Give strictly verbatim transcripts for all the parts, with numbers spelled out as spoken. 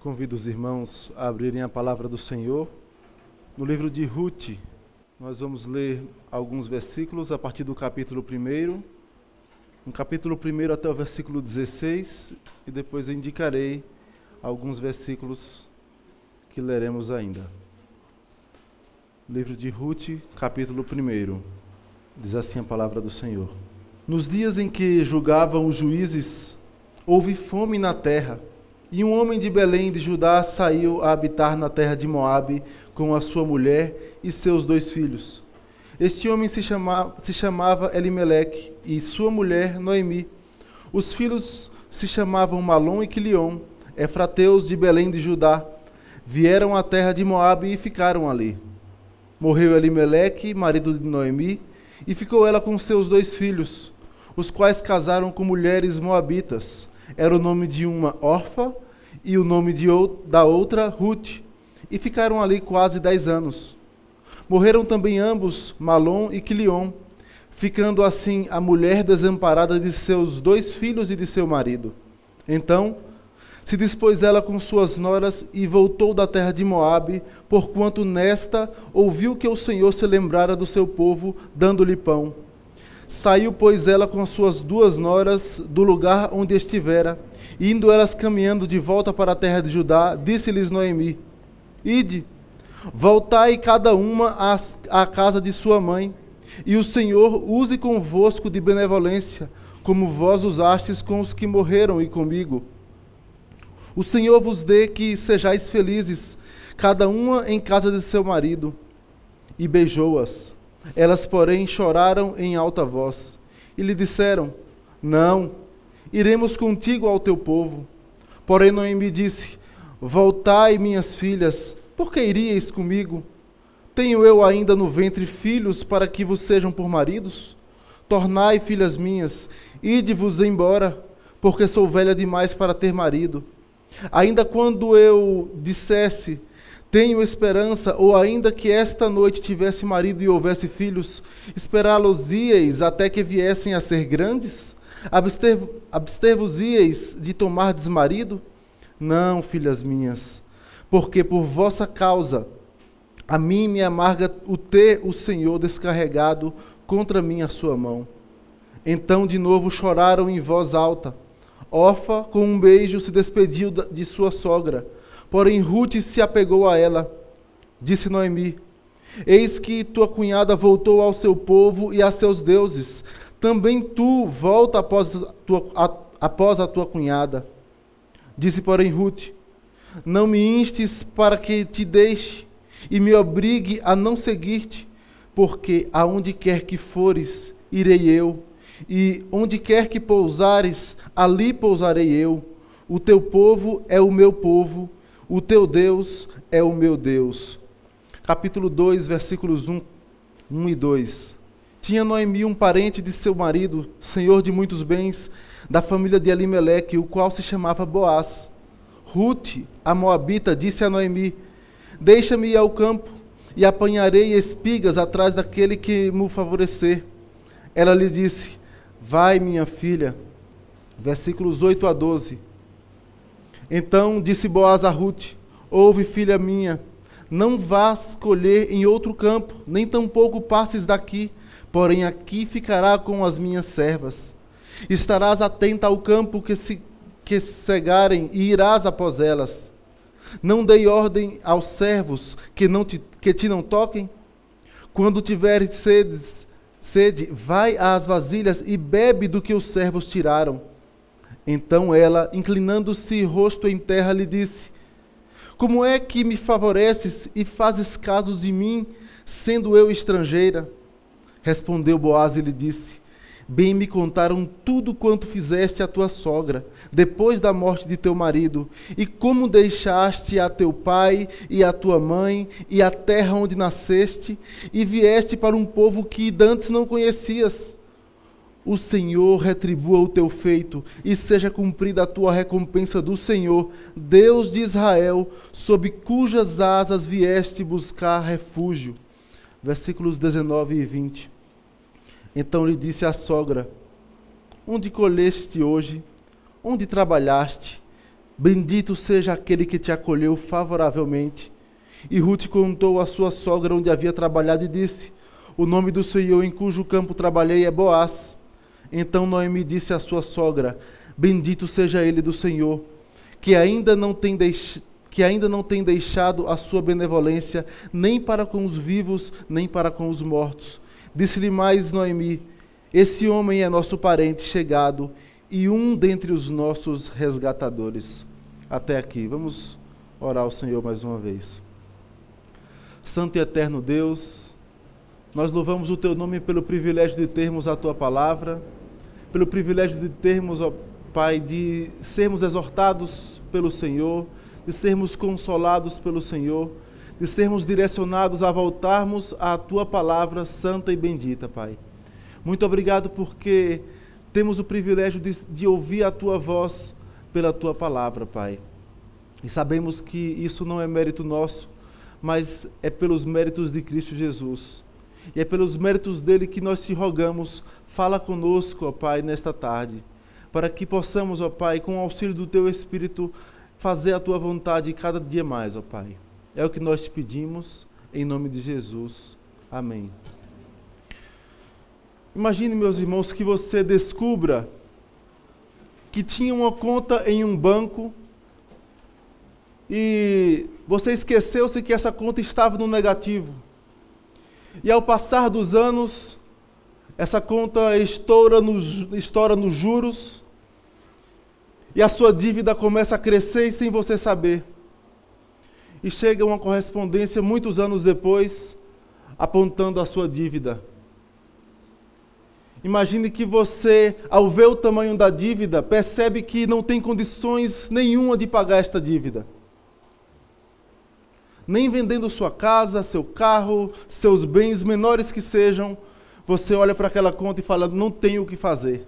Convido os irmãos a abrirem a palavra do Senhor. No livro de Ruth, nós vamos ler alguns versículos a partir do capítulo primeiro, no capítulo primeiro até o versículo dezesseis, e depois eu indicarei alguns versículos que leremos ainda. Livro de Ruth, capítulo primeiro. Diz assim a palavra do Senhor. Nos dias em que julgavam os juízes, houve fome na terra, e um homem de Belém de Judá saiu a habitar na terra de Moabe com a sua mulher e seus dois filhos. Este homem se chamava, se chamava Elimeleque e sua mulher Noemi. Os filhos se chamavam Malom e Quilion, efrateus de Belém de Judá. Vieram à terra de Moabe e ficaram ali. Morreu Elimeleque, marido de Noemi, e ficou ela com seus dois filhos, os quais casaram com mulheres moabitas. Era o nome de uma Orfa e o nome de ou, da outra Ruth, e ficaram ali quase dez anos. Morreram também ambos, Malom e Quilion, ficando assim a mulher desamparada de seus dois filhos e de seu marido. Então se dispôs ela com suas noras e voltou da terra de Moabe, porquanto nesta ouviu que o Senhor se lembrara do seu povo, dando-lhe pão. Saiu, pois, ela com suas duas noras do lugar onde estivera, e indo elas caminhando de volta para a terra de Judá, disse-lhes Noemi: Ide, voltai cada uma à casa de sua mãe, e o Senhor use convosco de benevolência, como vós usastes com os que morreram e comigo. O Senhor vos dê que sejais felizes, cada uma em casa de seu marido. E beijou-as. Elas, porém, choraram em alta voz, e lhe disseram: Não, iremos contigo ao teu povo. Porém Noemi disse: Voltai, minhas filhas, por que iríeis comigo? Tenho eu ainda no ventre filhos para que vos sejam por maridos? Tornai, filhas minhas, ide-vos embora, porque sou velha demais para ter marido. Ainda quando eu dissesse: tenho esperança, ou ainda que esta noite tivesse marido e houvesse filhos, esperá-los-íeis até que viessem a ser grandes? Abster-vos-íeis de tomardes marido? Não, filhas minhas, porque por vossa causa a mim me amarga o ter o Senhor descarregado contra mim a sua mão. Então de novo choraram em voz alta. Orfa, com um beijo, se despediu de sua sogra. Porém Ruth se apegou a ela. Disse Noemi: Eis que tua cunhada voltou ao seu povo e a seus deuses. Também tu volta após a tua, a, após a tua cunhada. Disse, porém, Ruth: Não me instes para que te deixe e me obrigue a não seguir-te, porque aonde quer que fores, irei eu, e onde quer que pousares, ali pousarei eu. O teu povo é o meu povo, o teu Deus é o meu Deus. Capítulo dois, versículos um, um e dois. Tinha Noemi um parente de seu marido, senhor de muitos bens, da família de Elimeleque, o qual se chamava Boaz. Ruth, a moabita, disse a Noemi: Deixa-me ir ao campo, e apanharei espigas atrás daquele que me favorecer. Ela lhe disse: Vai, minha filha. Versículos oito a doze. Então disse Boaz a Ruth: Ouve, filha minha, não vás colher em outro campo, nem tampouco passes daqui, porém aqui ficará com as minhas servas. Estarás atenta ao campo que se que cegarem e irás após elas. Não dei ordem aos servos que, não te, que te não toquem? Quando tiveres sedes, sede, vai às vasilhas e bebe do que os servos tiraram. Então ela, inclinando-se rosto em terra, lhe disse: Como é que me favoreces e fazes caso de mim, sendo eu estrangeira? Respondeu Boaz e lhe disse: Bem me contaram tudo quanto fizeste à tua sogra, depois da morte de teu marido, e como deixaste a teu pai e a tua mãe, e a terra onde nasceste, e vieste para um povo que dantes não conhecias. O Senhor retribua o teu feito, e seja cumprida a tua recompensa do Senhor, Deus de Israel, sob cujas asas vieste buscar refúgio. Versículos dezenove e vinte. Então lhe disse a sogra: Onde colheste hoje? Onde trabalhaste? Bendito seja aquele que te acolheu favoravelmente. E Ruth contou à sua sogra onde havia trabalhado e disse: o nome do Senhor em cujo campo trabalhei é Boaz. Então Noemi disse à sua sogra: bendito seja ele do Senhor, que ainda não tem, deix... que ainda não tem deixado a sua benevolência, nem para com os vivos, nem para com os mortos. Disse-lhe mais Noemi: esse homem é nosso parente chegado e um dentre os nossos resgatadores. Até aqui. Vamos orar ao Senhor mais uma vez. Santo e eterno Deus, nós louvamos o Teu nome pelo privilégio de termos a Tua palavra, pelo privilégio de termos, ó Pai, de sermos exortados pelo Senhor, de sermos consolados pelo Senhor, de sermos direcionados a voltarmos à Tua palavra santa e bendita, Pai. Muito obrigado porque temos o privilégio de, de ouvir a Tua voz pela Tua palavra, Pai. E sabemos que isso não é mérito nosso, mas é pelos méritos de Cristo Jesus. E é pelos méritos dele que nós te rogamos, fala conosco, ó Pai, nesta tarde, para que possamos, ó Pai, com o auxílio do Teu Espírito, fazer a Tua vontade cada dia mais, ó Pai. É o que nós te pedimos, em nome de Jesus. Amém. Imagine, meus irmãos, que você descubra que tinha uma conta em um banco e você esqueceu-se que essa conta estava no negativo. E ao passar dos anos, essa conta estoura nos, estoura nos juros e a sua dívida começa a crescer sem você saber. E chega uma correspondência muitos anos depois, apontando a sua dívida. Imagine que você, ao ver o tamanho da dívida, percebe que não tem condições nenhuma de pagar esta dívida. Nem vendendo sua casa, seu carro, seus bens, menores que sejam, você olha para aquela conta e fala: não tenho o que fazer.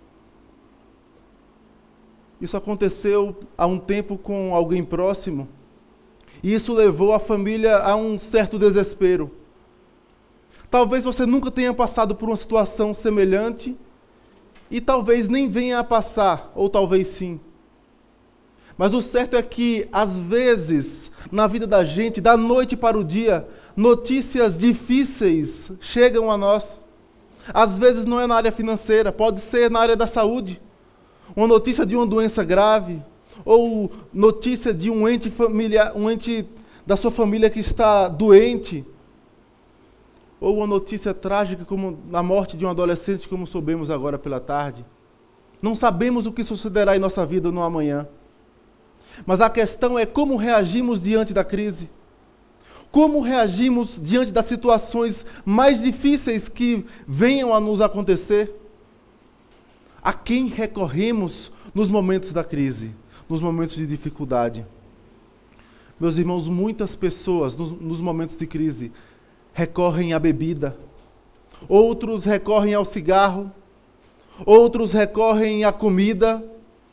Isso aconteceu há um tempo com alguém próximo, e isso levou a família a um certo desespero. Talvez você nunca tenha passado por uma situação semelhante, e talvez nem venha a passar, ou talvez sim. Mas o certo é que, às vezes, na vida da gente, da noite para o dia, notícias difíceis chegam a nós. Às vezes não é na área financeira, pode ser na área da saúde. Uma notícia de uma doença grave, ou notícia de um ente familiar, um ente da sua família que está doente, ou uma notícia trágica como a morte de um adolescente, como soubemos agora pela tarde. Não sabemos o que sucederá em nossa vida no amanhã. Mas a questão é como reagimos diante da crise. Como reagimos diante das situações mais difíceis que venham a nos acontecer? A quem recorremos nos momentos da crise, nos momentos de dificuldade? Meus irmãos, muitas pessoas nos, nos momentos de crise recorrem à bebida, outros recorrem ao cigarro, outros recorrem à comida,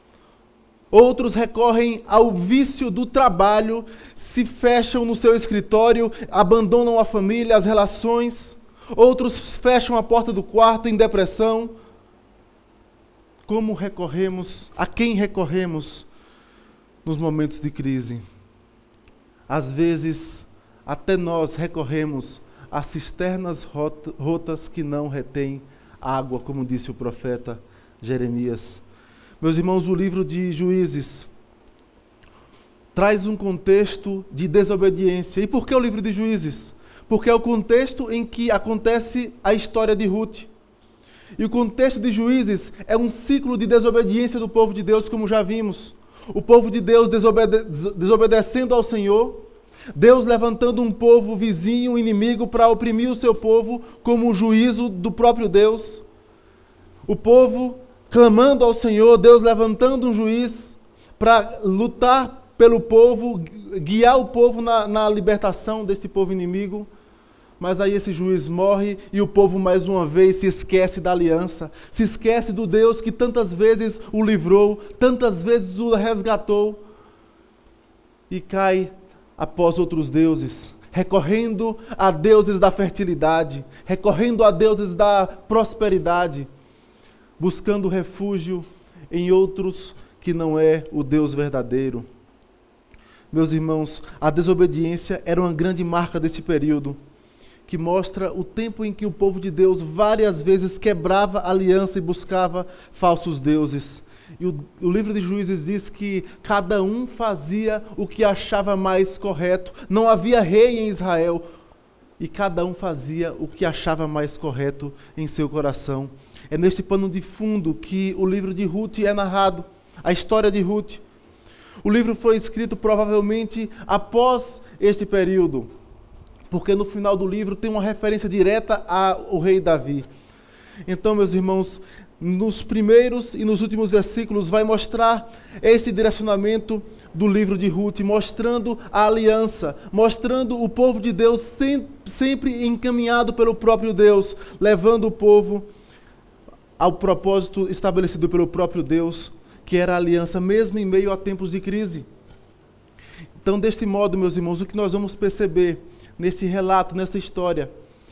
outros recorrem ao vício do trabalho, se fecham no seu escritório, abandonam a família, as relações, outros fecham a porta do quarto em depressão. Como recorremos, a quem recorremos nos momentos de crise? Às vezes, até nós recorremos a cisternas rotas que não retêm água, como disse o profeta Jeremias. Meus irmãos, o livro de Juízes traz um contexto de desobediência. E por que o livro de Juízes? Porque é o contexto em que acontece a história de Ruth. E o contexto de Juízes é um ciclo de desobediência do povo de Deus, como já vimos. O povo de Deus desobede- desobedecendo ao Senhor, Deus levantando um povo vizinho, um inimigo, para oprimir o seu povo como um juízo do próprio Deus. O povo clamando ao Senhor, Deus levantando um juiz para lutar pelo povo, guiar o povo na, na libertação desse povo inimigo. Mas aí esse juiz morre e o povo mais uma vez se esquece da aliança, se esquece do Deus que tantas vezes o livrou, tantas vezes o resgatou, e cai após outros deuses, recorrendo a deuses da fertilidade, recorrendo a deuses da prosperidade, buscando refúgio em outros que não é o Deus verdadeiro. Meus irmãos, a desobediência era uma grande marca desse período, que mostra o tempo em que o povo de Deus várias vezes quebrava a aliança e buscava falsos deuses. E o, o livro de Juízes diz que cada um fazia o que achava mais correto. Não havia rei em Israel, e cada um fazia o que achava mais correto em seu coração. É neste pano de fundo que o livro de Ruth é narrado, a história de Ruth. O livro foi escrito provavelmente após esse período, porque no final do livro tem uma referência direta ao rei Davi. Então, meus irmãos, nos primeiros e nos últimos versículos vai mostrar esse direcionamento do livro de Ruth, mostrando a aliança, mostrando o povo de Deus sempre encaminhado pelo próprio Deus, levando o povo ao propósito estabelecido pelo próprio Deus, que era a aliança, mesmo em meio a tempos de crise. Então, deste modo, meus irmãos, o que nós vamos perceber nesse relato, nessa história,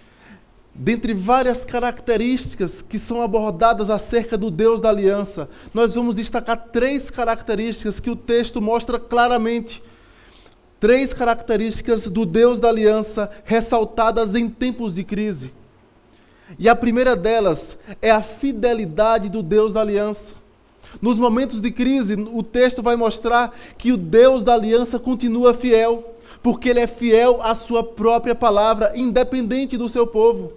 dentre várias características que são abordadas acerca do Deus da aliança, nós vamos destacar três características que o texto mostra claramente. Três características do Deus da aliança ressaltadas em tempos de crise. E a primeira delas é a fidelidade do Deus da aliança. Nos momentos de crise, o texto vai mostrar que o Deus da aliança continua fiel, porque Ele é fiel à sua própria palavra, independente do seu povo.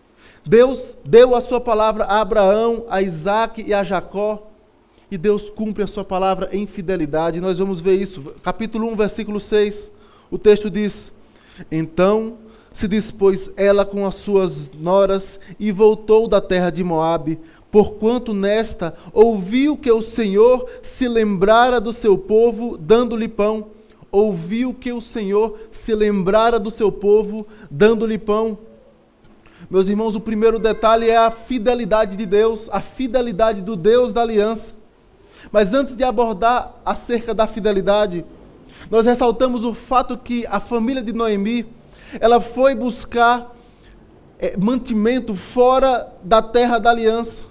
Deus deu a sua palavra a Abraão, a Isaac e a Jacó, e Deus cumpre a sua palavra em fidelidade. Nós vamos ver isso. Capítulo um, versículo seis, o texto diz: Então se dispôs ela com as suas noras e voltou da terra de Moabe, porquanto nesta ouviu que o Senhor se lembrara do seu povo, dando-lhe pão. Ouviu que o Senhor se lembrara do seu povo, dando-lhe pão. Meus irmãos, o primeiro detalhe é a fidelidade de Deus, a fidelidade do Deus da aliança. Mas antes de abordar acerca da fidelidade, nós ressaltamos o fato que a família de Noemi, ela foi buscar é, mantimento fora da terra da aliança.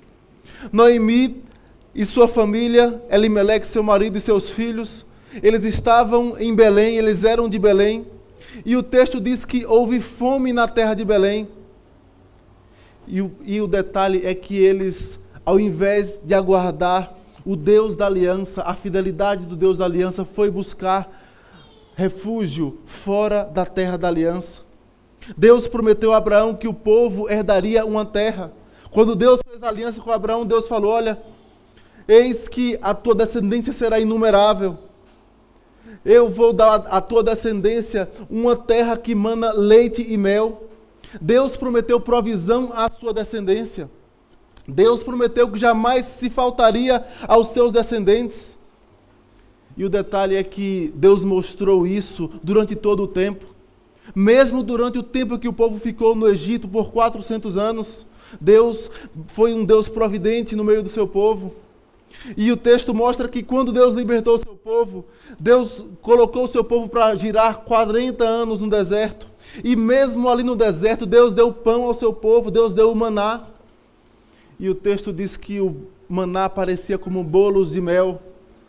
Noemi e sua família, Elimeleque, seu marido e seus filhos, eles estavam em Belém, eles eram de Belém, e o texto diz que houve fome na terra de Belém. E o, e o detalhe é que eles, ao invés de aguardar o Deus da aliança, a fidelidade do Deus da aliança, foi buscar refúgio fora da terra da aliança. Deus prometeu a Abraão que o povo herdaria uma terra. Quando Deus fez aliança com Abraão, Deus falou: olha, eis que a tua descendência será inumerável. Eu vou dar à tua descendência uma terra que mana leite e mel. Deus prometeu provisão à sua descendência. Deus prometeu que jamais se faltaria aos seus descendentes. E o detalhe é que Deus mostrou isso durante todo o tempo. Mesmo durante o tempo que o povo ficou no Egito por quatrocentos anos, Deus foi um Deus providente no meio do seu povo. E o texto mostra que quando Deus libertou o seu povo, Deus colocou o seu povo para girar quarenta anos no deserto. E mesmo ali no deserto, Deus deu pão ao seu povo, Deus deu o maná. E o texto diz que o maná parecia como bolos de mel.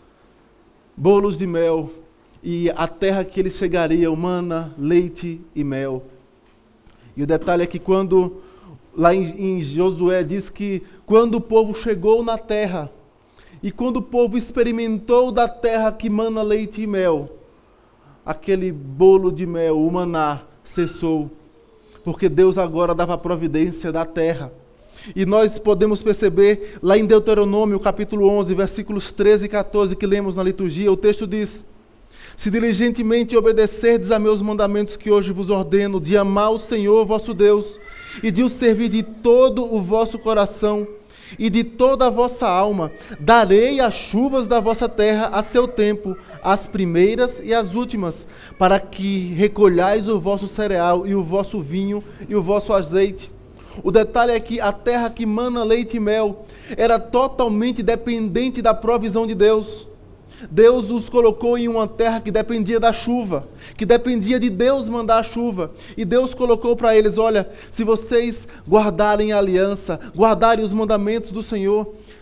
Bolos de mel. E a terra que eles chegariam, mana, leite e mel. E o detalhe é que quando, lá em, em Josué, diz que quando o povo chegou na terra, e quando o povo experimentou da terra que mana leite e mel, aquele bolo de mel, o maná, cessou, porque Deus agora dava providência da terra. E nós podemos perceber lá em Deuteronômio, capítulo onze, versículos treze e quatorze, que lemos na liturgia, o texto diz: Se diligentemente obedecerdes a meus mandamentos que hoje vos ordeno, de amar o Senhor vosso Deus, e de o servir de todo o vosso coração, e de toda a vossa alma, darei as chuvas da vossa terra a seu tempo, as primeiras e as últimas, para que recolhais o vosso cereal, e o vosso vinho, e o vosso azeite. O detalhe é que a terra que mana leite e mel era totalmente dependente da provisão de Deus. Deus os colocou em uma terra que dependia da chuva, que dependia de Deus mandar a chuva. E Deus colocou para eles: olha, se vocês guardarem a aliança, guardarem os mandamentos do Senhor,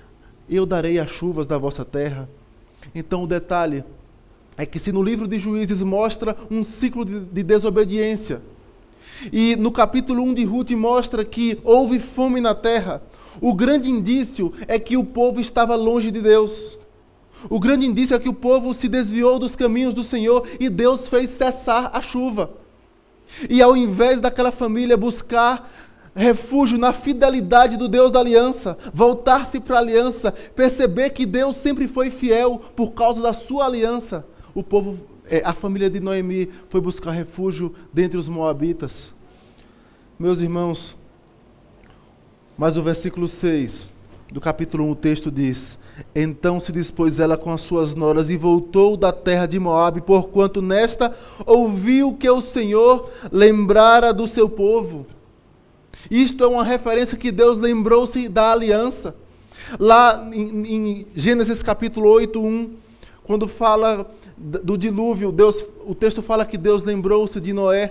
eu darei as chuvas da vossa terra. Então o detalhe é que se no livro de Juízes mostra um ciclo de, de desobediência, e no capítulo um de Ruth mostra que houve fome na terra, o grande indício é que o povo estava longe de Deus. O grande indício é que o povo se desviou dos caminhos do Senhor e Deus fez cessar a chuva. E ao invés daquela família buscar refúgio na fidelidade do Deus da aliança, voltar-se para a aliança, perceber que Deus sempre foi fiel por causa da sua aliança, o povo, a família de Noemi foi buscar refúgio dentre os moabitas. Meus irmãos, mas o versículo seis do capítulo um, o texto diz: então se dispôs ela com as suas noras e voltou da terra de Moabe, porquanto nesta ouviu que o Senhor lembrara do seu povo. Isto é uma referência que Deus lembrou-se da aliança. Lá em, em Gênesis capítulo oito, um, quando fala do dilúvio, Deus, o texto fala que Deus lembrou-se de Noé.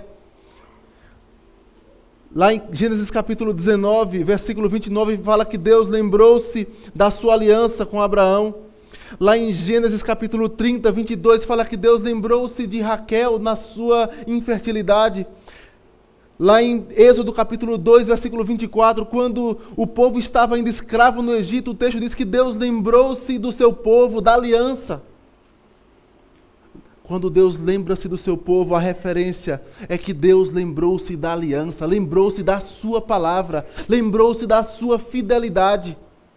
Lá em Gênesis capítulo dezenove, versículo vinte e nove, fala que Deus lembrou-se da sua aliança com Abraão. Lá em Gênesis capítulo trinta, vinte e dois, fala que Deus lembrou-se de Raquel na sua infertilidade. Lá em Êxodo capítulo dois, versículo vinte e quatro, quando o povo estava ainda escravo no Egito, o texto diz que Deus lembrou-se do seu povo, da aliança. Quando Deus lembra-se do seu povo, a referência é que Deus lembrou-se da aliança, lembrou-se da sua palavra, lembrou-se da sua fidelidade.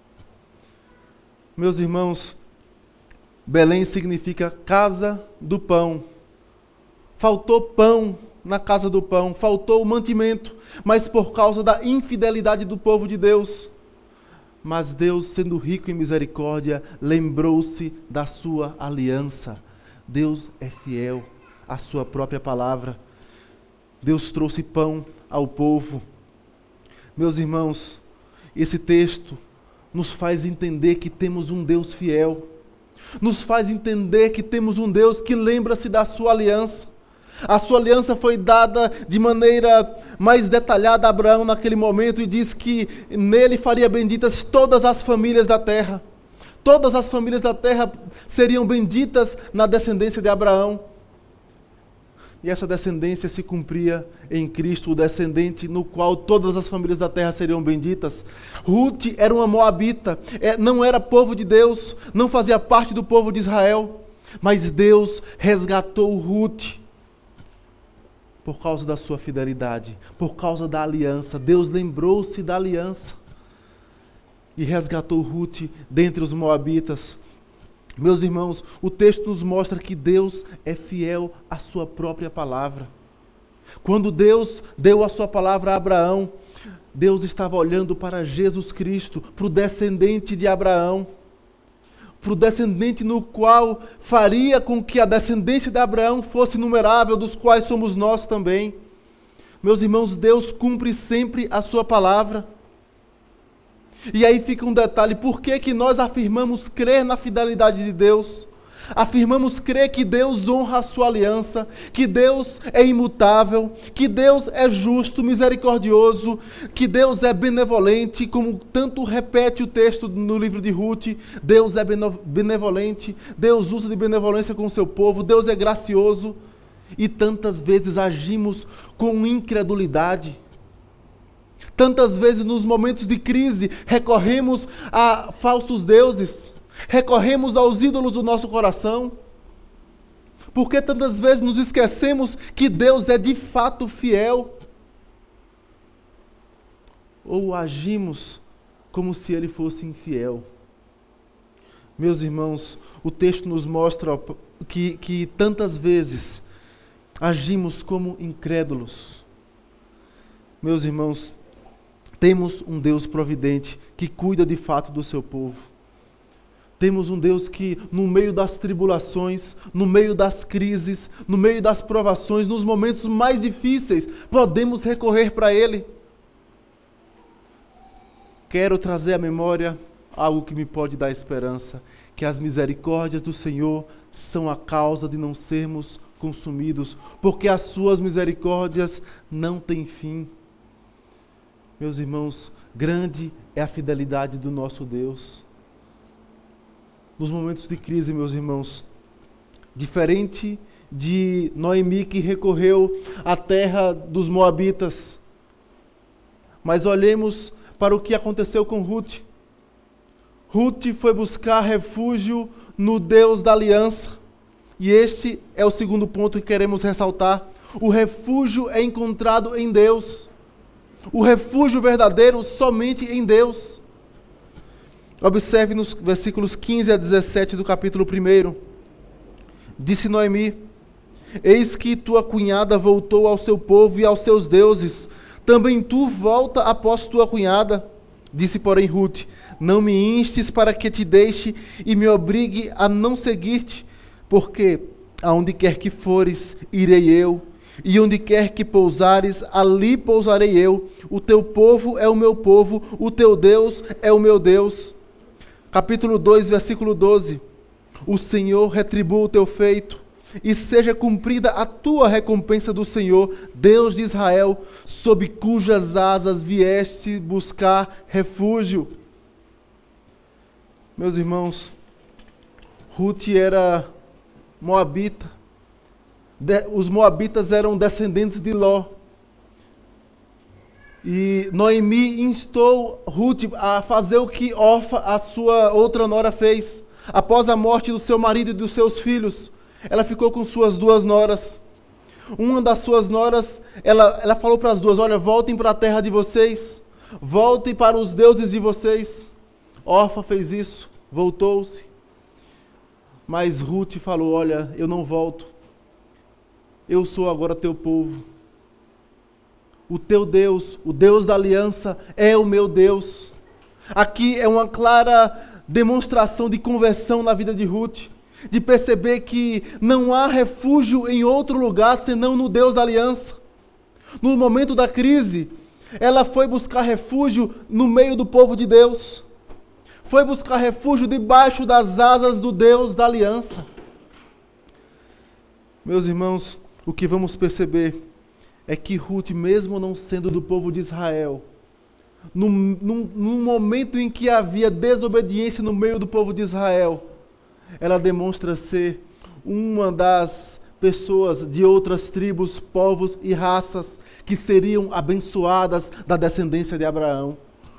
Meus irmãos, Belém significa casa do pão. Faltou pão na casa do pão, faltou o mantimento, mas por causa da infidelidade do povo de Deus. Mas Deus, sendo rico em misericórdia, lembrou-se da sua aliança. Deus é fiel à sua própria palavra. Deus trouxe pão ao povo. Meus irmãos, esse texto nos faz entender que temos um Deus fiel. Nos faz entender que temos um Deus que lembra-se da sua aliança. A sua aliança foi dada de maneira mais detalhada a Abraão naquele momento e diz que nele faria benditas todas as famílias da terra. Todas as famílias da terra seriam benditas na descendência de Abraão. E essa descendência se cumpria em Cristo, o descendente no qual todas as famílias da terra seriam benditas. Ruth era uma moabita, não era povo de Deus, não fazia parte do povo de Israel, mas Deus resgatou Ruth por causa da sua fidelidade, por causa da aliança. Deus lembrou-se da aliança e resgatou Ruth dentre os moabitas. Meus irmãos, o texto nos mostra que Deus é fiel à sua própria palavra. Quando Deus deu a sua palavra a Abraão, Deus estava olhando para Jesus Cristo, para o descendente de Abraão, para o descendente no qual faria com que a descendência de Abraão fosse numerável, dos quais somos nós também. Meus irmãos, Deus cumpre sempre a sua palavra. E aí fica um detalhe: por que que nós afirmamos crer na fidelidade de Deus? Afirmamos crer que Deus honra a sua aliança, que Deus é imutável, que Deus é justo, misericordioso, que Deus é benevolente, como tanto repete o texto no livro de Ruth. Deus é benevolente, Deus usa de benevolência com o seu povo, Deus é gracioso. E tantas vezes agimos com incredulidade. Tantas vezes nos momentos de crise recorremos a falsos deuses, recorremos aos ídolos do nosso coração. Porque tantas vezes nos esquecemos que Deus é de fato fiel. Ou agimos como se Ele fosse infiel. Meus irmãos, o texto nos mostra que, que tantas vezes agimos como incrédulos. Meus irmãos, temos um Deus providente que cuida de fato do seu povo. Temos um Deus que, no meio das tribulações, no meio das crises, no meio das provações, nos momentos mais difíceis, podemos recorrer para Ele. Quero trazer à memória algo que me pode dar esperança, que as misericórdias do Senhor são a causa de não sermos consumidos, porque as suas misericórdias não têm fim. Meus irmãos, grande é a fidelidade do nosso Deus. nos momentos de crise, meus irmãos, diferente de Noemi, que recorreu à terra dos Moabitas, mas olhemos para o que aconteceu com Ruth. Ruth foi buscar refúgio no Deus da aliança. E este é o segundo ponto que queremos ressaltar. O refúgio é encontrado em Deus. O refúgio verdadeiro somente em Deus. Observe nos versículos quinze a dezessete do capítulo um. Disse Noemi: eis que tua cunhada voltou ao seu povo e aos seus deuses. Também tu volta após tua cunhada. Disse, porém, Ruth: não me instes para que te deixe e me obrigue a não seguir-te, porque aonde quer que fores, irei eu, e onde quer que pousares, ali pousarei eu. O teu povo é o meu povo, o teu Deus é o meu Deus. Capítulo dois, versículo doze. O Senhor retribua o teu feito, e seja cumprida a tua recompensa do Senhor, Deus de Israel, sob cujas asas vieste buscar refúgio. Meus irmãos, Ruth era moabita. De, os moabitas eram descendentes de Ló. E Noemi instou Ruth a fazer o que Orfa, a sua outra nora, fez. Após a morte do seu marido e dos seus filhos, ela ficou com suas duas noras. Uma das suas noras, ela, ela falou para as duas: olha, voltem para a terra de vocês, voltem para os deuses de vocês. Orfa fez isso, voltou-se. Mas Ruth falou: olha, eu não volto. Eu sou agora teu povo. O teu Deus, o Deus da aliança, é o meu Deus. Aqui é uma clara demonstração de conversão na vida de Ruth, de perceber que não há refúgio em outro lugar senão no Deus da aliança. No momento da crise, ela foi buscar refúgio no meio do povo de Deus. Foi buscar refúgio debaixo das asas do Deus da aliança. Meus irmãos, o que vamos perceber é que Ruth, mesmo não sendo do povo de Israel, num, num, num momento em que havia desobediência no meio do povo de Israel, ela demonstra ser uma das pessoas de outras tribos, povos e raças que seriam abençoadas da descendência de Abraão.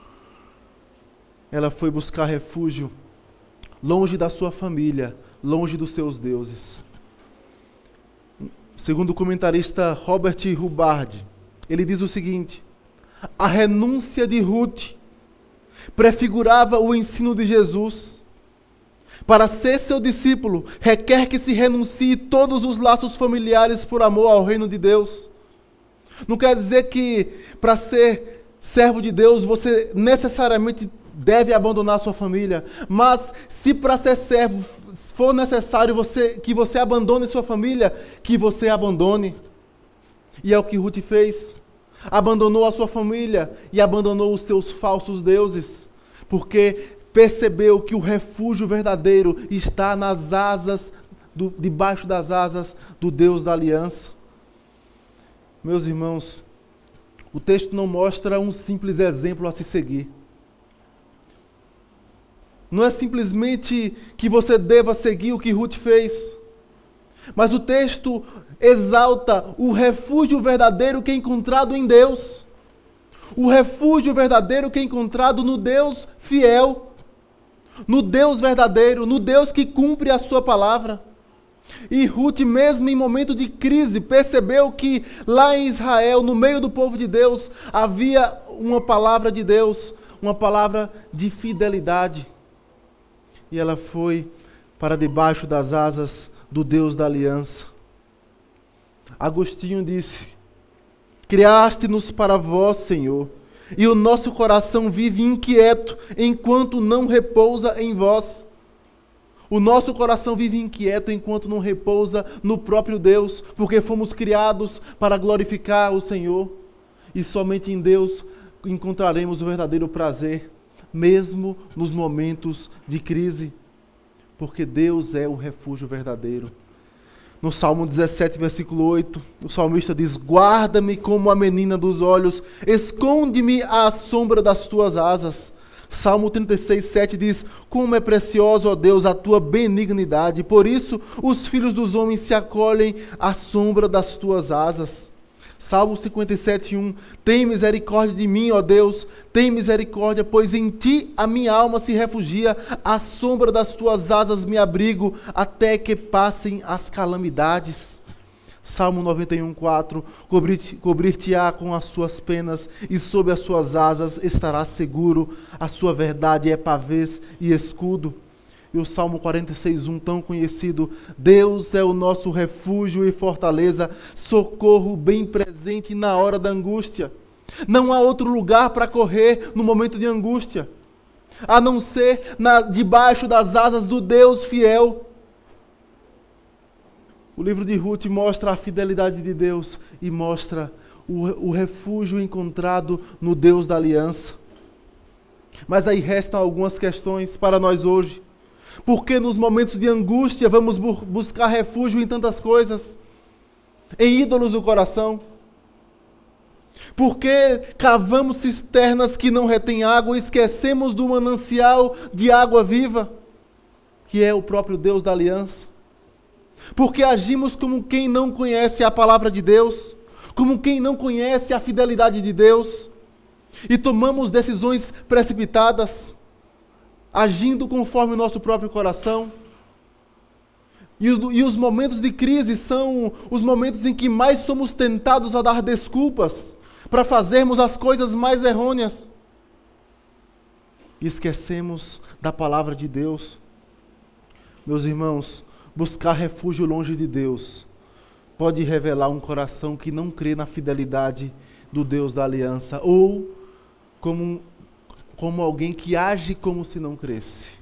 Ela foi buscar refúgio longe da sua família, longe dos seus deuses. Segundo o comentarista Robert Hubbard, ele diz o seguinte: a renúncia de Ruth prefigurava o ensino de Jesus. Para ser seu discípulo, requer que se renuncie todos os laços familiares por amor ao reino de Deus. Não quer dizer que para ser servo de Deus você necessariamente deve abandonar sua família, mas se para ser servo for necessário você, que você abandone sua família, que você abandone. E é o que Ruth fez. Abandonou a sua família e abandonou os seus falsos deuses, porque percebeu que o refúgio verdadeiro está nas asas, do, debaixo das asas do Deus da aliança. Meus irmãos, o texto não mostra um simples exemplo a se seguir. Não é simplesmente que você deva seguir o que Ruth fez, mas o texto exalta o refúgio verdadeiro que é encontrado em Deus. O refúgio verdadeiro que é encontrado no Deus fiel, no Deus verdadeiro, no Deus que cumpre a sua palavra. E Ruth, mesmo em momento de crise, percebeu que lá em Israel, no meio do povo de Deus, havia uma palavra de Deus, uma palavra de fidelidade. E ela foi para debaixo das asas do Deus da aliança. Agostinho disse: criaste-nos para vós, Senhor, e o nosso coração vive inquieto enquanto não repousa em vós. O nosso coração vive inquieto enquanto não repousa no próprio Deus, porque fomos criados para glorificar o Senhor. E somente em Deus encontraremos o verdadeiro prazer, mesmo nos momentos de crise, porque Deus é o refúgio verdadeiro. No Salmo dezessete, versículo oito, o salmista diz: guarda-me como a menina dos olhos, esconde-me à sombra das tuas asas. Salmo trinta e seis, sete diz: como é preciosa, ó Deus, a tua benignidade, por isso os filhos dos homens se acolhem à sombra das tuas asas. Salmo cinquenta e sete, um: tem misericórdia de mim, ó Deus, tem misericórdia, pois em ti a minha alma se refugia, à sombra das tuas asas me abrigo, até que passem as calamidades. Salmo noventa e um, quatro: Cobrir-te- cobrir-te-á com as suas penas, e sob as suas asas estarás seguro, a sua verdade é pavês e escudo. E o Salmo quarenta e seis, um, tão conhecido: Deus é o nosso refúgio e fortaleza, socorro bem presente na hora da angústia. Não há outro lugar para correr no momento de angústia, a não ser na, debaixo das asas do Deus fiel. O livro de Ruth mostra a fidelidade de Deus e mostra o, o refúgio encontrado no Deus da aliança. Mas aí restam algumas questões para nós hoje. Por que nos momentos de angústia vamos bu- buscar refúgio em tantas coisas? Em ídolos do coração? Por que cavamos cisternas que não retêm água e esquecemos do manancial de água viva, que é o próprio Deus da aliança? Porque agimos como quem não conhece a palavra de Deus, como quem não conhece a fidelidade de Deus, e tomamos decisões precipitadas, agindo conforme o nosso próprio coração. E, o, e os momentos de crise são os momentos em que mais somos tentados a dar desculpas para fazermos as coisas mais errôneas. E esquecemos da palavra de Deus. Meus irmãos, buscar refúgio longe de Deus pode revelar um coração que não crê na fidelidade do Deus da aliança, ou como, como alguém que age como se não cresce.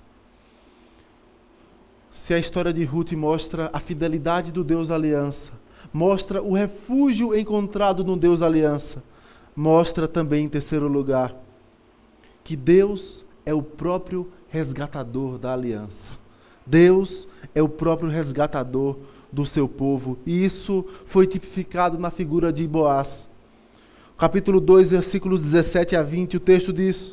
Se a história de Ruth mostra a fidelidade do Deus da aliança, mostra o refúgio encontrado no Deus da aliança, mostra também, em terceiro lugar, que Deus é o próprio resgatador da aliança. Deus é o próprio resgatador do seu povo. E isso foi tipificado na figura de Boaz. Capítulo dois, versículos dezessete a vinte, o texto diz: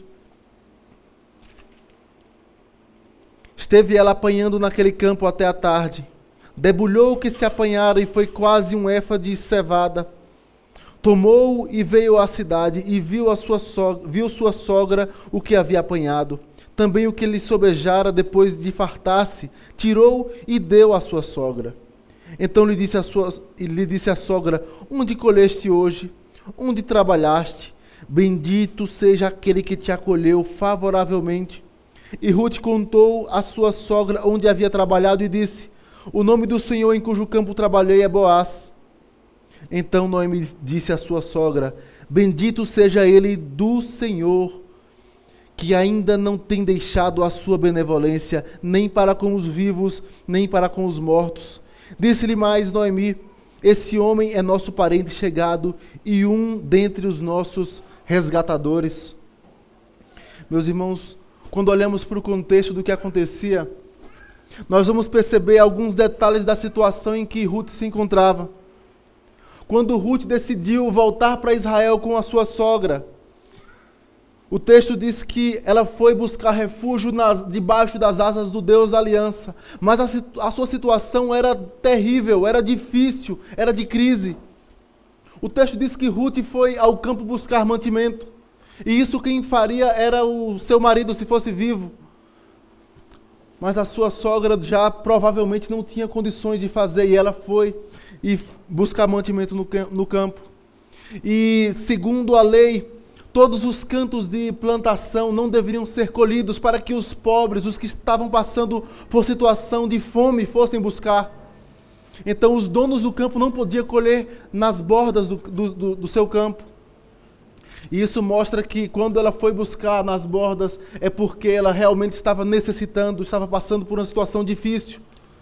esteve ela apanhando naquele campo até a tarde. Debulhou o que se apanhara e foi quase um éfa de cevada. Tomou e veio à cidade e viu, a sua sogra, viu sua sogra o que havia apanhado. Também o que lhe sobejara depois de fartar-se, tirou e deu à sua sogra. Então lhe disse a, sua, lhe disse a sogra: onde colheste hoje? Onde trabalhaste? Bendito seja aquele que te acolheu favoravelmente. E Ruth contou à sua sogra onde havia trabalhado e disse: o nome do Senhor em cujo campo trabalhei é Boaz. Então Noemi disse à sua sogra: bendito seja ele do Senhor, que ainda não tem deixado a sua benevolência, nem para com os vivos, nem para com os mortos. Disse-lhe mais Noemi: esse homem é nosso parente chegado e um dentre os nossos resgatadores. Meus irmãos, quando olhamos para o contexto do que acontecia, nós vamos perceber alguns detalhes da situação em que Ruth se encontrava. Quando Ruth decidiu voltar para Israel com a sua sogra, o texto diz que ela foi buscar refúgio nas, debaixo das asas do Deus da aliança. Mas a, a sua situação era terrível, era difícil, era de crise. O texto diz que Ruth foi ao campo buscar mantimento. E isso quem faria era o seu marido, se fosse vivo. Mas a sua sogra já provavelmente não tinha condições de fazer. E ela foi e buscar mantimento no, no campo. E segundo a lei, todos os cantos de plantação não deveriam ser colhidos para que os pobres, os que estavam passando por situação de fome, fossem buscar. Então os donos do campo não podiam colher nas bordas do, do, do, do seu campo. E isso mostra que quando ela foi buscar nas bordas, é porque ela realmente estava necessitando, estava passando por uma situação difícil.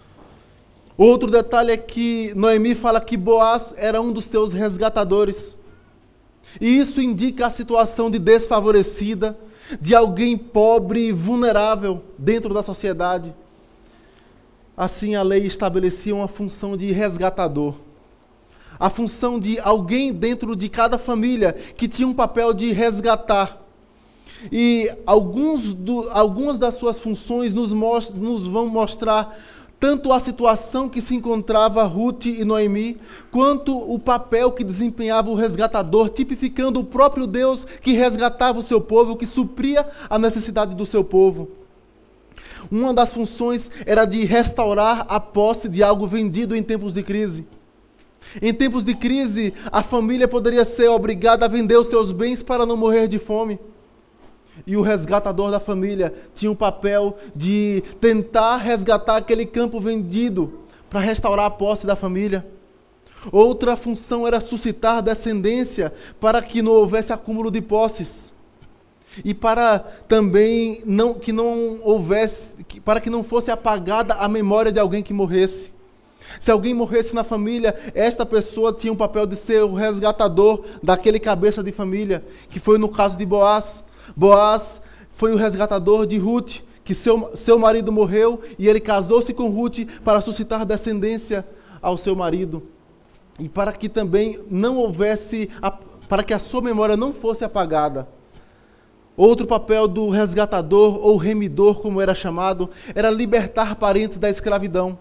Outro detalhe é que Noemi fala que Boaz era um dos seus resgatadores. E isso indica a situação de desfavorecida, de alguém pobre e vulnerável dentro da sociedade. Assim, a lei estabelecia uma função de resgatador. A função de alguém dentro de cada família que tinha um papel de resgatar. E alguns do, algumas das suas funções nos, most, nos vão mostrar tanto a situação que se encontrava Ruth e Noemi, quanto o papel que desempenhava o resgatador, tipificando o próprio Deus que resgatava o seu povo, que supria a necessidade do seu povo. Uma das funções era de restaurar a posse de algo vendido em tempos de crise. Em tempos de crise, a família poderia ser obrigada a vender os seus bens para não morrer de fome. E o resgatador da família tinha o papel de tentar resgatar aquele campo vendido para restaurar a posse da família. Outra função era suscitar descendência para que não houvesse acúmulo de posses. E para também não, que não houvesse, para que não fosse apagada a memória de alguém que morresse. Se alguém morresse na família, esta pessoa tinha o papel de ser o resgatador daquele cabeça de família, que foi no caso de Boaz. Boaz foi o resgatador de Ruth, que seu, seu marido morreu e ele casou-se com Ruth para suscitar descendência ao seu marido. E para que também não houvesse, para que a sua memória não fosse apagada. Outro papel do resgatador ou remidor, como era chamado, era libertar parentes da escravidão.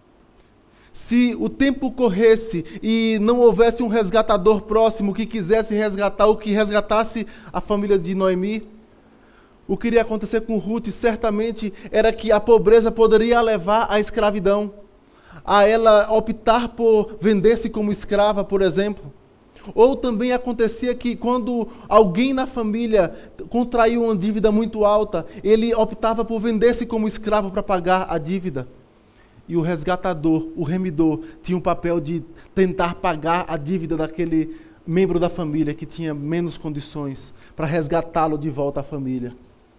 Se o tempo corresse e não houvesse um resgatador próximo que quisesse resgatar ou que resgatasse a família de Noemi, o que iria acontecer com Ruth certamente era que a pobreza poderia levar à escravidão, a ela optar por vender-se como escrava, por exemplo. Ou também acontecia que quando alguém na família contraiu uma dívida muito alta, ele optava por vender-se como escravo para pagar a dívida. E o resgatador, o remidor, tinha o papel de tentar pagar a dívida daquele membro da família que tinha menos condições, para resgatá-lo de volta à família.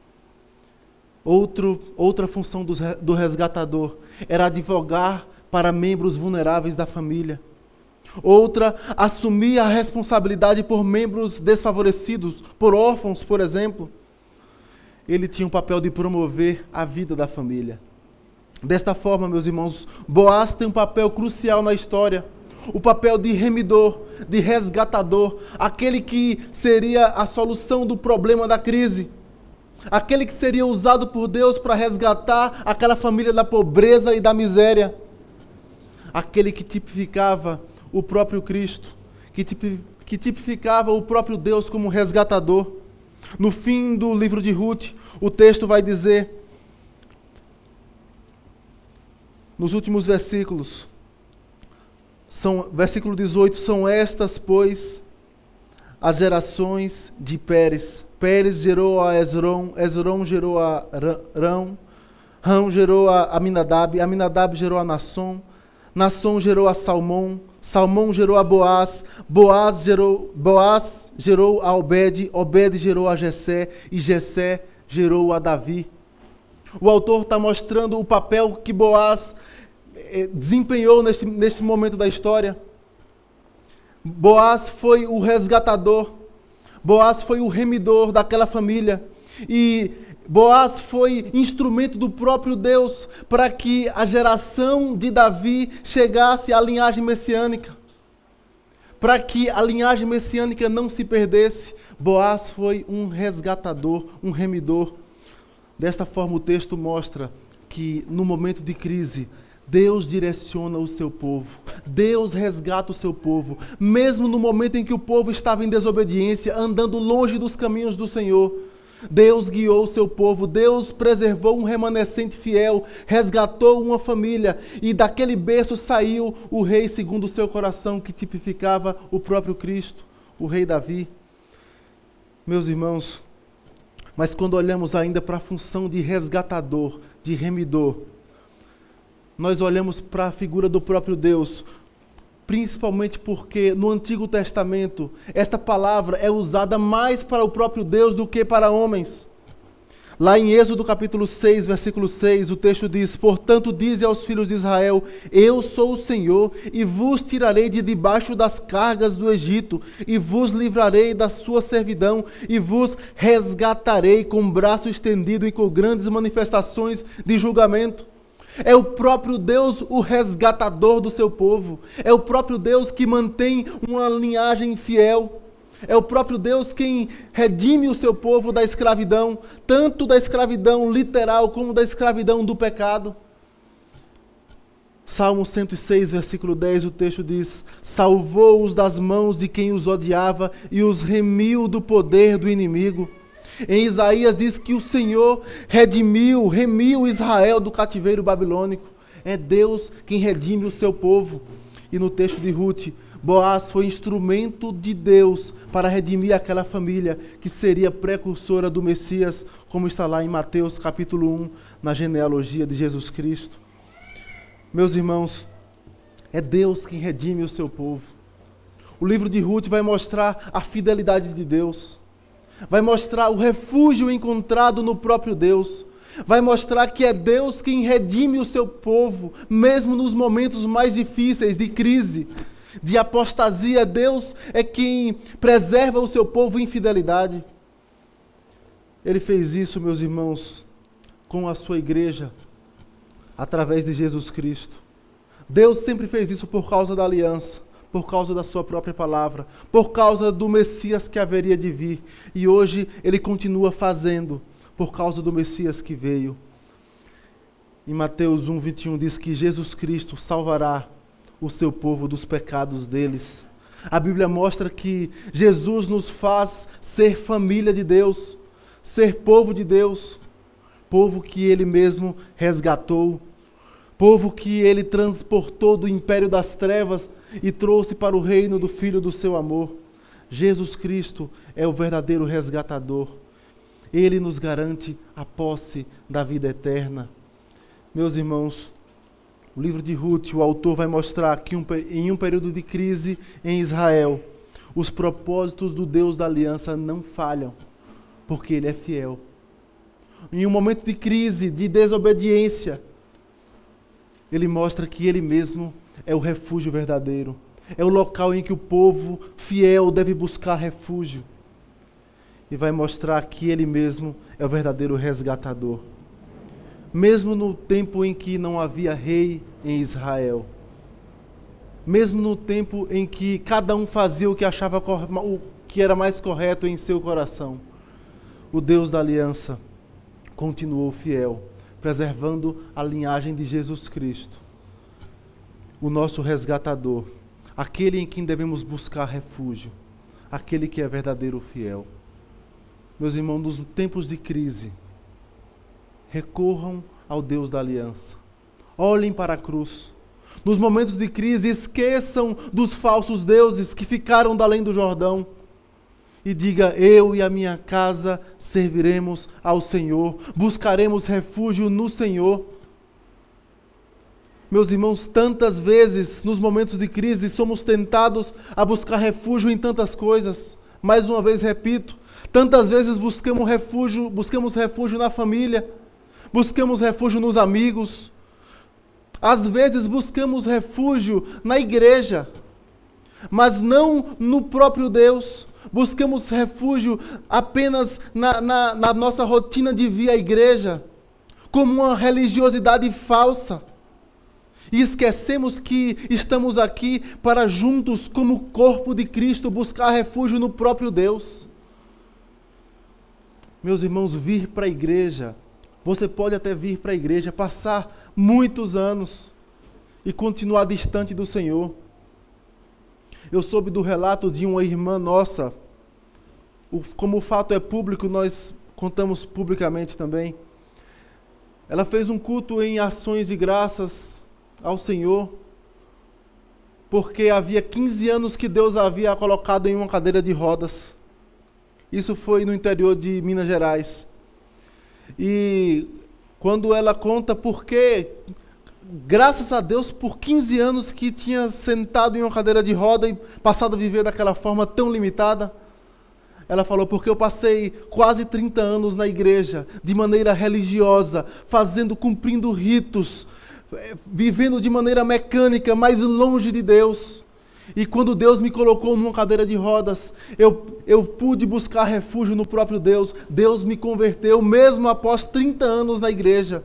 Outro, outra função do, do resgatador era advogar para membros vulneráveis da família. Outra, assumir a responsabilidade por membros desfavorecidos, por órfãos, por exemplo. Ele tinha o papel de promover a vida da família. Desta forma, meus irmãos, Boaz tem um papel crucial na história. O papel de remidor, de resgatador, aquele que seria a solução do problema da crise. Aquele que seria usado por Deus para resgatar aquela família da pobreza e da miséria. Aquele que tipificava o próprio Cristo, que tipificava o próprio Deus como resgatador. No fim do livro de Ruth, o texto vai dizer, nos últimos versículos, são, versículo dezoito, são estas, pois, as gerações de Pérez. Pérez gerou a Esrom, Esrom gerou a Rão, Rão gerou a Aminadab, Aminadab gerou a Nasson, Nasson gerou a Salmão, Salmão gerou a Boaz, Boaz gerou, Boaz gerou a Obed, Obed gerou a Jessé, e Jessé gerou a Davi. O autor está mostrando o papel que Boaz eh, desempenhou nesse, nesse momento da história. Boaz foi o resgatador, Boaz foi o remidor daquela família, e Boaz foi instrumento do próprio Deus para que a geração de Davi chegasse à linhagem messiânica. Para que a linhagem messiânica não se perdesse, Boaz foi um resgatador, um remidor. Desta forma, o texto mostra que no momento de crise, Deus direciona o seu povo, Deus resgata o seu povo, mesmo no momento em que o povo estava em desobediência, andando longe dos caminhos do Senhor. Deus guiou o seu povo, Deus preservou um remanescente fiel, resgatou uma família, e daquele berço saiu o rei segundo o seu coração, que tipificava o próprio Cristo, o rei Davi. Meus irmãos, mas quando olhamos ainda para a função de resgatador, de remidor, nós olhamos para a figura do próprio Deus, principalmente porque no Antigo Testamento esta palavra é usada mais para o próprio Deus do que para homens. Lá em Êxodo capítulo seis, versículo seis, o texto diz: portanto, dize aos filhos de Israel, eu sou o Senhor, e vos tirarei de debaixo das cargas do Egito, e vos livrarei da sua servidão, e vos resgatarei com braço estendido e com grandes manifestações de julgamento. É o próprio Deus o resgatador do seu povo. É o próprio Deus que mantém uma linhagem fiel. É o próprio Deus quem redime o seu povo da escravidão, tanto da escravidão literal como da escravidão do pecado. Salmo cento e seis, versículo dez, o texto diz: salvou-os das mãos de quem os odiava e os remiu do poder do inimigo. Em Isaías diz que o Senhor redimiu, remiu Israel do cativeiro babilônico. É Deus quem redime o seu povo. E no texto de Ruth, Boaz foi instrumento de Deus para redimir aquela família que seria precursora do Messias, como está lá em Mateus capítulo um, na genealogia de Jesus Cristo. Meus irmãos, é Deus quem redime o seu povo. O livro de Ruth vai mostrar a fidelidade de Deus, vai mostrar o refúgio encontrado no próprio Deus, vai mostrar que é Deus quem redime o seu povo, mesmo nos momentos mais difíceis de crise, de apostasia. Deus é quem preserva o seu povo em fidelidade. Ele fez isso, meus irmãos, com a sua igreja, através de Jesus Cristo. Deus sempre fez isso por causa da aliança, por causa da sua própria palavra, por causa do Messias que haveria de vir. E hoje Ele continua fazendo, por causa do Messias que veio. Em Mateus um, vinte e um diz que Jesus Cristo salvará o seu povo dos pecados deles. A Bíblia mostra que Jesus nos faz ser família de Deus, ser povo de Deus, povo que Ele mesmo resgatou, povo que Ele transportou do império das trevas e trouxe para o reino do Filho do seu amor. Jesus Cristo é o verdadeiro resgatador. Ele nos garante a posse da vida eterna. Meus irmãos, o livro de Ruth, o autor vai mostrar que um, em um período de crise em Israel, os propósitos do Deus da aliança não falham, porque Ele é fiel. Em um momento de crise, de desobediência, Ele mostra que Ele mesmo é o refúgio verdadeiro. É o local em que o povo fiel deve buscar refúgio. E vai mostrar que Ele mesmo é o verdadeiro resgatador. Mesmo no tempo em que não havia rei em Israel, mesmo no tempo em que cada um fazia o que achava o que era mais correto em seu coração, o Deus da aliança continuou fiel, preservando a linhagem de Jesus Cristo, o nosso resgatador, aquele em quem devemos buscar refúgio, aquele que é verdadeiro fiel. Meus irmãos, nos tempos de crise, recorram ao Deus da aliança. Olhem para a cruz. Nos momentos de crise, esqueçam dos falsos deuses que ficaram da além do Jordão. E diga: eu e a minha casa serviremos ao Senhor. Buscaremos refúgio no Senhor. Meus irmãos, tantas vezes, nos momentos de crise, somos tentados a buscar refúgio em tantas coisas. Mais uma vez repito, tantas vezes buscamos refúgio, buscamos refúgio na família, buscamos refúgio nos amigos, às vezes buscamos refúgio na igreja, mas não no próprio Deus. Buscamos refúgio apenas na, na, na nossa rotina de vir à igreja, como uma religiosidade falsa. E esquecemos que estamos aqui para juntos, como corpo de Cristo, buscar refúgio no próprio Deus. Meus irmãos, vir para a igreja, você pode até vir para a igreja, passar muitos anos e continuar distante do Senhor. Eu soube do relato de uma irmã nossa, como o fato é público, nós contamos publicamente também. Ela fez um culto em ações de graças ao Senhor, porque havia quinze anos que Deus a havia colocado em uma cadeira de rodas. Isso foi no interior de Minas Gerais. E quando ela conta por que, graças a Deus, por quinze anos que tinha sentado em uma cadeira de roda e passado a viver daquela forma tão limitada, ela falou: porque eu passei quase trinta anos na igreja, de maneira religiosa, fazendo, cumprindo ritos, vivendo de maneira mecânica, mais longe de Deus. E quando Deus me colocou numa cadeira de rodas, eu, eu pude buscar refúgio no próprio Deus. Deus me converteu, mesmo após trinta anos na igreja.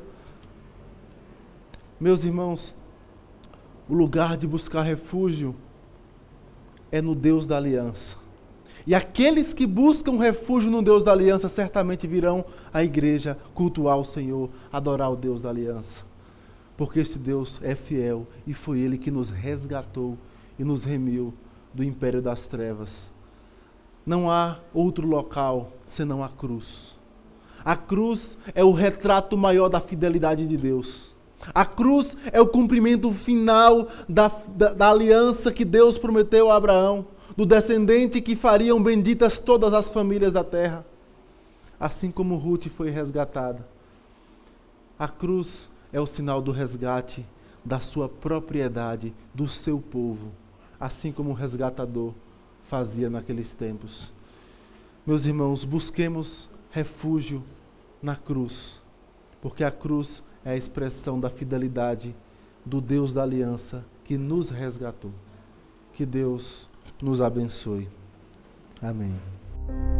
Meus irmãos, o lugar de buscar refúgio é no Deus da aliança. E aqueles que buscam refúgio no Deus da aliança certamente virão à igreja cultuar o Senhor, adorar o Deus da aliança. Porque esse Deus é fiel e foi Ele que nos resgatou e nos remiu do império das trevas. Não há outro local senão a cruz. A cruz é o retrato maior da fidelidade de Deus. A cruz é o cumprimento final da, da, da aliança que Deus prometeu a Abraão, do descendente que fariam benditas todas as famílias da terra. Assim como Ruth foi resgatada. A cruz é o sinal do resgate da sua propriedade, do seu povo, assim como o resgatador fazia naqueles tempos. Meus irmãos, busquemos refúgio na cruz, porque a cruz é a expressão da fidelidade do Deus da aliança que nos resgatou. Que Deus nos abençoe. Amém.